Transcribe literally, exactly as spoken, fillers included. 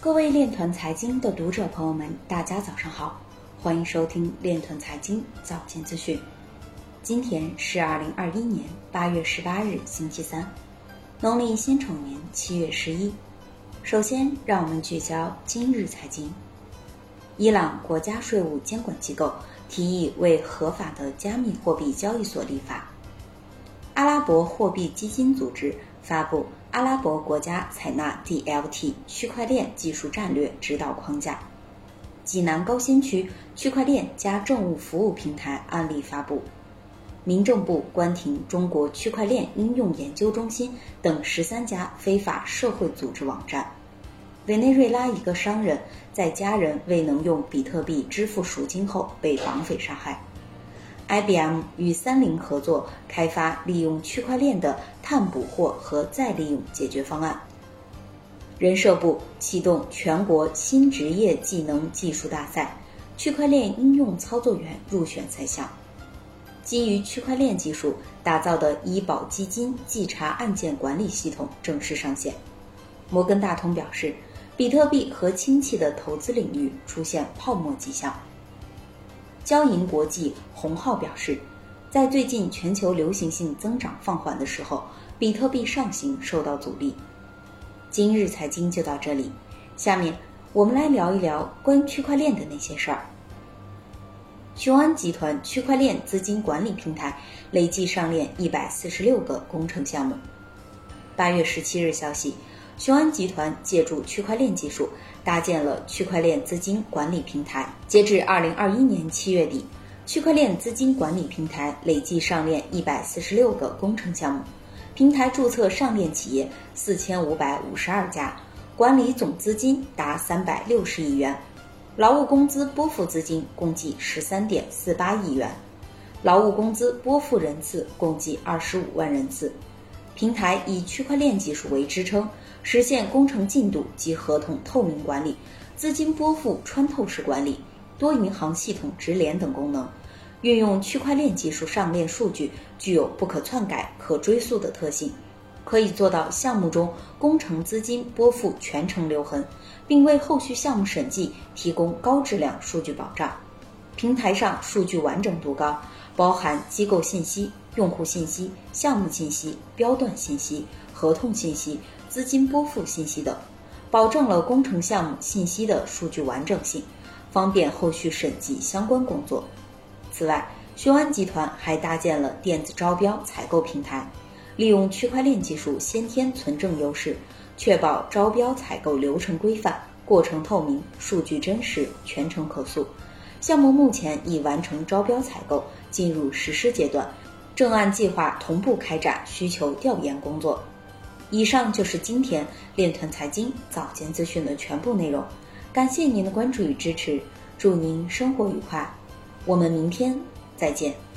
各位链团财经的读者朋友们，大家早上好，欢迎收听链团财经早间资讯。今天是二零二一年八月十八日，星期三，农历辛丑年七月十一。首先，让我们聚焦今日财经。伊朗国家税务监管机构提议为合法的加密货币交易所立法。阿拉伯货币基金组织发布阿拉伯国家采纳 D L T 区块链技术战略指导框架。济南高新区区块链加政务服务平台案例发布。民政部关停中国区块链应用研究中心等十三家非法社会组织网站。委内瑞拉一个商人在家人未能用比特币支付赎金后被绑匪杀害。I B M 与三菱合作开发利用区块链的碳捕获和再利用解决方案。人社部启动全国新职业技能技术大赛，区块链应用操作员入选赛项。基于区块链技术打造的医保基金稽查案件管理系统正式上线。摩根大通表示，比特币和氢气的投资领域出现泡沫迹象。交银国际鸿浩表示，在最近全球流行性增长放缓的时候，比特币上行受到阻力。今日财经就到这里，下面我们来聊一聊关于区块链的那些事儿。雄安集团区块链资金管理平台累计上链一百四十六个工程项目。八月十七日消息，雄安集团借助区块链技术搭建了区块链资金管理平台。截至二零二一年七月底，区块链资金管理平台累计上链一百四十六个工程项目，平台注册上链企业四千五百五十二家，管理总资金达三百六十亿元，劳务工资拨付资金共计十三点四八亿元，劳务工资拨付人次共计二十五万人次。平台以区块链技术为支撑，实现工程进度及合同透明管理、资金拨付穿透式管理、多银行系统直连等功能。运用区块链技术上链数据具有不可篡改、可追溯的特性，可以做到项目中工程资金拨付全程留痕，并为后续项目审计提供高质量数据保障。平台上数据完整度高，包含机构信息、用户信息、项目信息、标段信息、合同信息、资金拨付信息等，保证了工程项目信息的数据完整性，方便后续审计相关工作。此外，雄安集团还搭建了电子招标采购平台，利用区块链技术先天存证优势，确保招标采购流程规范、过程透明、数据真实、全程可溯。项目目前已完成招标采购，进入实施阶段，正按计划同步开展需求调研工作。以上就是今天链团财经早间资讯的全部内容，感谢您的关注与支持，祝您生活愉快，我们明天再见。